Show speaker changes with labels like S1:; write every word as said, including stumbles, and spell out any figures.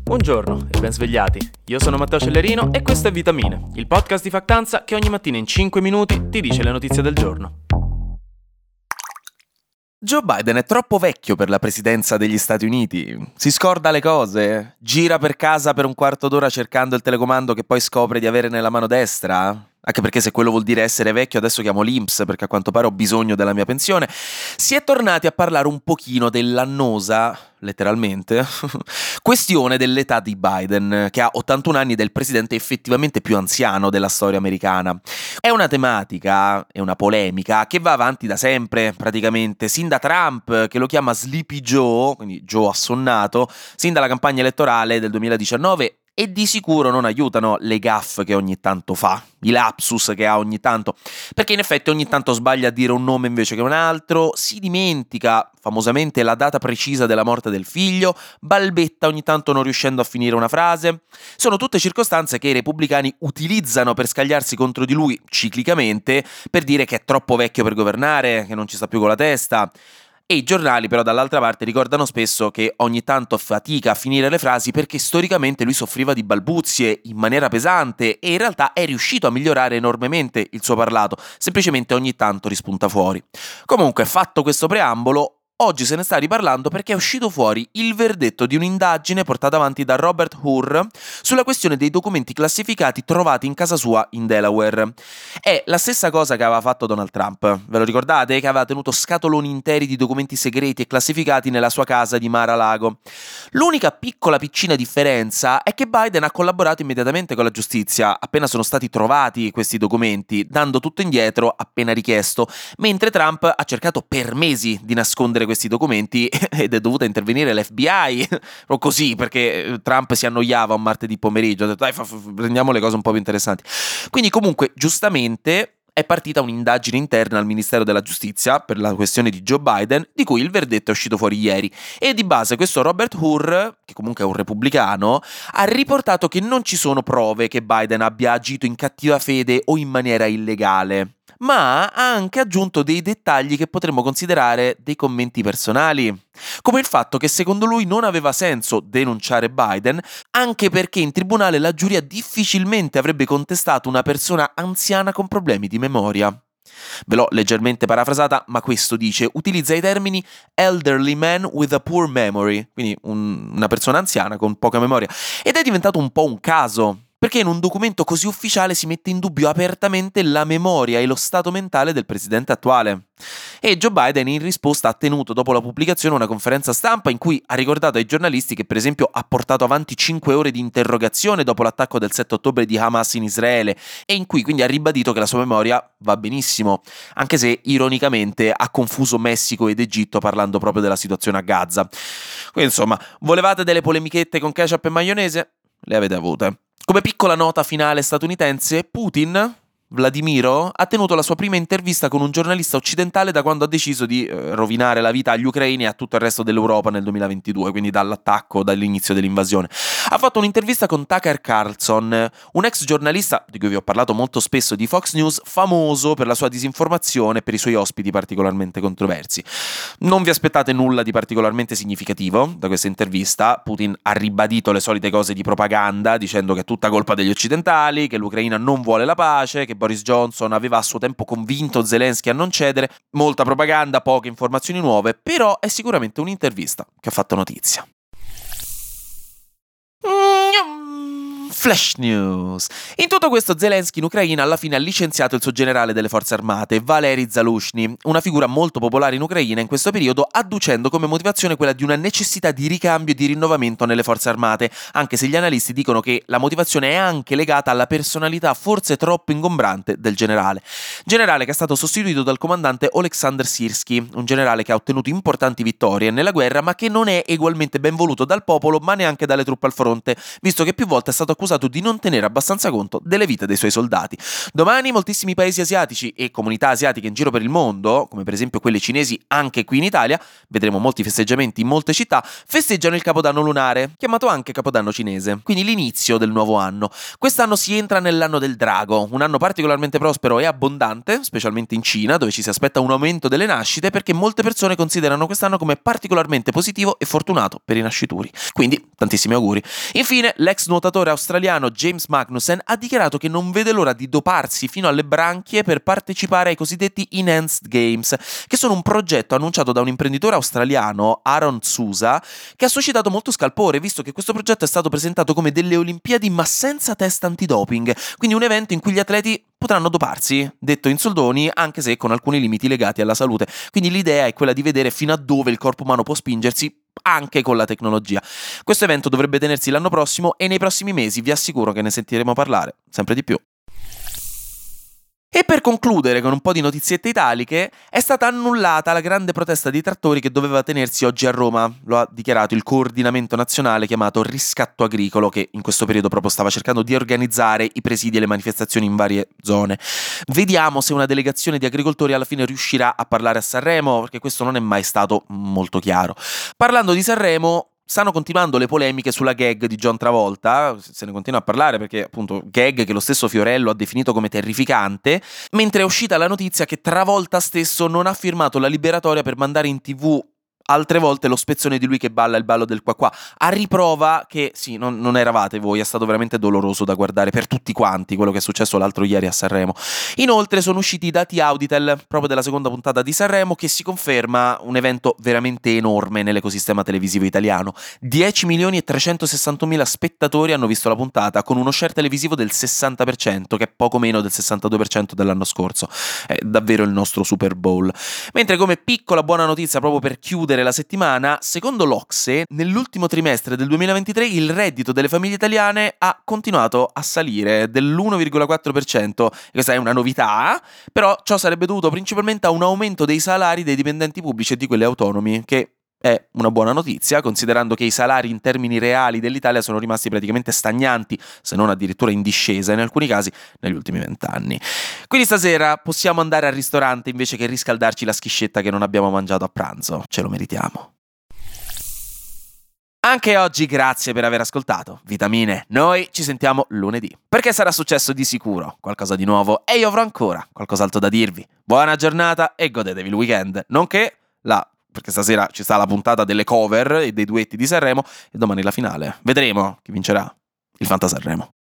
S1: Buongiorno e ben svegliati. Io sono Matteo Cellerino e questo è Vitamine, il podcast di Factanza che ogni mattina in cinque minuti ti dice le notizie del giorno.
S2: Joe Biden è troppo vecchio per la presidenza degli Stati Uniti. Si scorda le cose? Gira per casa per un quarto d'ora cercando il telecomando che poi scopre di avere nella mano destra? Anche perché se quello vuol dire essere vecchio adesso chiamo l'I N P S perché a quanto pare ho bisogno della mia pensione. Si è tornati a parlare un pochino dell'annosa, letteralmente, questione dell'età di Biden, che ha ottantuno anni ed è il presidente effettivamente più anziano della storia americana. È una tematica, è una polemica che va avanti da sempre praticamente, sin da Trump che lo chiama Sleepy Joe, quindi Joe assonnato, sin dalla campagna elettorale del duemiladiciannove. E di sicuro non aiutano le gaffe che ogni tanto fa, i lapsus che ha ogni tanto, perché in effetti ogni tanto sbaglia a dire un nome invece che un altro, si dimentica famosamente la data precisa della morte del figlio, balbetta ogni tanto non riuscendo a finire una frase. Sono tutte circostanze che i repubblicani utilizzano per scagliarsi contro di lui ciclicamente, per dire che è troppo vecchio per governare, che non ci sta più con la testa. E i giornali però dall'altra parte ricordano spesso che ogni tanto fatica a finire le frasi perché storicamente lui soffriva di balbuzie in maniera pesante e in realtà è riuscito a migliorare enormemente il suo parlato, semplicemente ogni tanto rispunta fuori. Comunque, fatto questo preambolo, oggi se ne sta riparlando perché è uscito fuori il verdetto di un'indagine portata avanti da Robert Hur sulla questione dei documenti classificati trovati in casa sua in Delaware. È la stessa cosa che aveva fatto Donald Trump, ve lo ricordate? Che aveva tenuto scatoloni interi di documenti segreti e classificati nella sua casa di Mar-a-Lago. L'unica piccola piccina differenza è che Biden ha collaborato immediatamente con la giustizia appena sono stati trovati questi documenti, dando tutto indietro appena richiesto, mentre Trump ha cercato per mesi di nascondere questi documenti ed è dovuta intervenire l'F B I o così perché Trump si annoiava un martedì pomeriggio, ha detto dai fa, fa, prendiamo le cose un po' più interessanti. Quindi comunque giustamente è partita un'indagine interna al Ministero della Giustizia per la questione di Joe Biden, di cui il verdetto è uscito fuori ieri e di base questo Robert Hur, che comunque è un repubblicano, ha riportato che non ci sono prove che Biden abbia agito in cattiva fede o in maniera illegale, ma ha anche aggiunto dei dettagli che potremmo considerare dei commenti personali, come il fatto che secondo lui non aveva senso denunciare Biden, anche perché in tribunale la giuria difficilmente avrebbe contestato una persona anziana con problemi di memoria. Ve l'ho leggermente parafrasata, ma questo dice, utilizza i termini elderly man with a poor memory, quindi un, una persona anziana con poca memoria, ed è diventato un po' un caso, perché in un documento così ufficiale si mette in dubbio apertamente la memoria e lo stato mentale del presidente attuale. E Joe Biden in risposta ha tenuto dopo la pubblicazione una conferenza stampa in cui ha ricordato ai giornalisti che per esempio ha portato avanti cinque ore di interrogazione dopo l'attacco del sette ottobre di Hamas in Israele e in cui quindi ha ribadito che la sua memoria va benissimo, anche se ironicamente ha confuso Messico ed Egitto parlando proprio della situazione a Gaza. Quindi insomma, volevate delle polemichette con ketchup e maionese? Le avete avute. Come piccola nota finale statunitense, Putin, Vladimiro, ha tenuto la sua prima intervista con un giornalista occidentale da quando ha deciso di eh, rovinare la vita agli ucraini e a tutto il resto dell'Europa nel duemilaventidue, quindi dall'attacco, dall'inizio dell'invasione. Ha fatto un'intervista con Tucker Carlson, un ex giornalista di cui vi ho parlato molto spesso di Fox News, famoso per la sua disinformazione e per i suoi ospiti particolarmente controversi. Non vi aspettate nulla di particolarmente significativo da questa intervista. Putin ha ribadito le solite cose di propaganda, dicendo che è tutta colpa degli occidentali, che l'Ucraina non vuole la pace, che Boris Johnson aveva a suo tempo convinto Zelensky a non cedere. Molta propaganda, poche informazioni nuove, però è sicuramente un'intervista che ha fatto notizia. Flash News. In tutto questo Zelensky in Ucraina alla fine ha licenziato il suo generale delle forze armate, Valery Zaluzhny, una figura molto popolare in Ucraina in questo periodo, adducendo come motivazione quella di una necessità di ricambio e di rinnovamento nelle forze armate, anche se gli analisti dicono che la motivazione è anche legata alla personalità forse troppo ingombrante del generale. Generale che è stato sostituito dal comandante Oleksandr Syrskyi, un generale che ha ottenuto importanti vittorie nella guerra ma che non è egualmente ben voluto dal popolo ma neanche dalle truppe al fronte, visto che più volte è stato accusato accusato di non tenere abbastanza conto delle vite dei suoi soldati. Domani moltissimi paesi asiatici e comunità asiatiche in giro per il mondo, come per esempio quelle cinesi anche qui in Italia, vedremo molti festeggiamenti in molte città, festeggiano il Capodanno lunare, chiamato anche Capodanno cinese, quindi l'inizio del nuovo anno. Quest'anno si entra nell'anno del drago, un anno particolarmente prospero e abbondante, specialmente in Cina, dove ci si aspetta un aumento delle nascite perché molte persone considerano quest'anno come particolarmente positivo e fortunato per i nascituri. Quindi, tantissimi auguri. Infine, l'ex nuotatore australiano James Magnussen ha dichiarato che non vede l'ora di doparsi fino alle branchie per partecipare ai cosiddetti Enhanced Games, che sono un progetto annunciato da un imprenditore australiano, Aaron Sousa, che ha suscitato molto scalpore, visto che questo progetto è stato presentato come delle Olimpiadi ma senza test antidoping, quindi un evento in cui gli atleti potranno doparsi, detto in soldoni, anche se con alcuni limiti legati alla salute. Quindi l'idea è quella di vedere fino a dove il corpo umano può spingersi anche con la tecnologia. Questo evento dovrebbe tenersi l'anno prossimo e nei prossimi mesi vi assicuro che ne sentiremo parlare sempre di più. E per concludere con un po' di notiziette italiche, è stata annullata la grande protesta dei trattori che doveva tenersi oggi a Roma. Lo ha dichiarato il coordinamento nazionale chiamato Riscatto Agricolo, che in questo periodo proprio stava cercando di organizzare i presidi e le manifestazioni in varie zone. Vediamo se una delegazione di agricoltori alla fine riuscirà a parlare a Sanremo, perché questo non è mai stato molto chiaro. Parlando di Sanremo, stanno continuando le polemiche sulla gag di John Travolta, se ne continua a parlare perché appunto gag che lo stesso Fiorello ha definito come terrificante, mentre è uscita la notizia che Travolta stesso non ha firmato la liberatoria per mandare in tv altre volte lo spezzone di lui che balla il ballo del qua qua, a riprova che sì, non, non eravate voi, è stato veramente doloroso da guardare per tutti quanti quello che è successo l'altro ieri a Sanremo. Inoltre sono usciti i dati Auditel proprio della seconda puntata di Sanremo, che si conferma un evento veramente enorme nell'ecosistema televisivo italiano. dieci milioni e trecentosessantamila spettatori hanno visto la puntata, con uno share televisivo del sessanta per cento, che è poco meno del sessantadue per cento dell'anno scorso. È davvero il nostro Super Bowl. Mentre, come piccola buona notizia proprio per chiudere la settimana, secondo l'Ocse, nell'ultimo trimestre del duemilaventitré il reddito delle famiglie italiane ha continuato a salire dell'uno virgola quattro per cento. Questa è una novità, però ciò sarebbe dovuto principalmente a un aumento dei salari dei dipendenti pubblici e di quelli autonomi, che è una buona notizia, considerando che i salari in termini reali dell'Italia sono rimasti praticamente stagnanti, se non addirittura in discesa in alcuni casi, negli ultimi vent'anni. Quindi stasera possiamo andare al ristorante invece che riscaldarci la schiscetta che non abbiamo mangiato a pranzo. Ce lo meritiamo. Anche oggi grazie per aver ascoltato Vitamine. Noi ci sentiamo lunedì, perché sarà successo di sicuro qualcosa di nuovo e io avrò ancora qualcos'altro da dirvi. Buona giornata e godetevi il weekend, nonché la... perché stasera ci sta la puntata delle cover e dei duetti di Sanremo e domani la finale. Vedremo chi vincerà il Fanta Sanremo.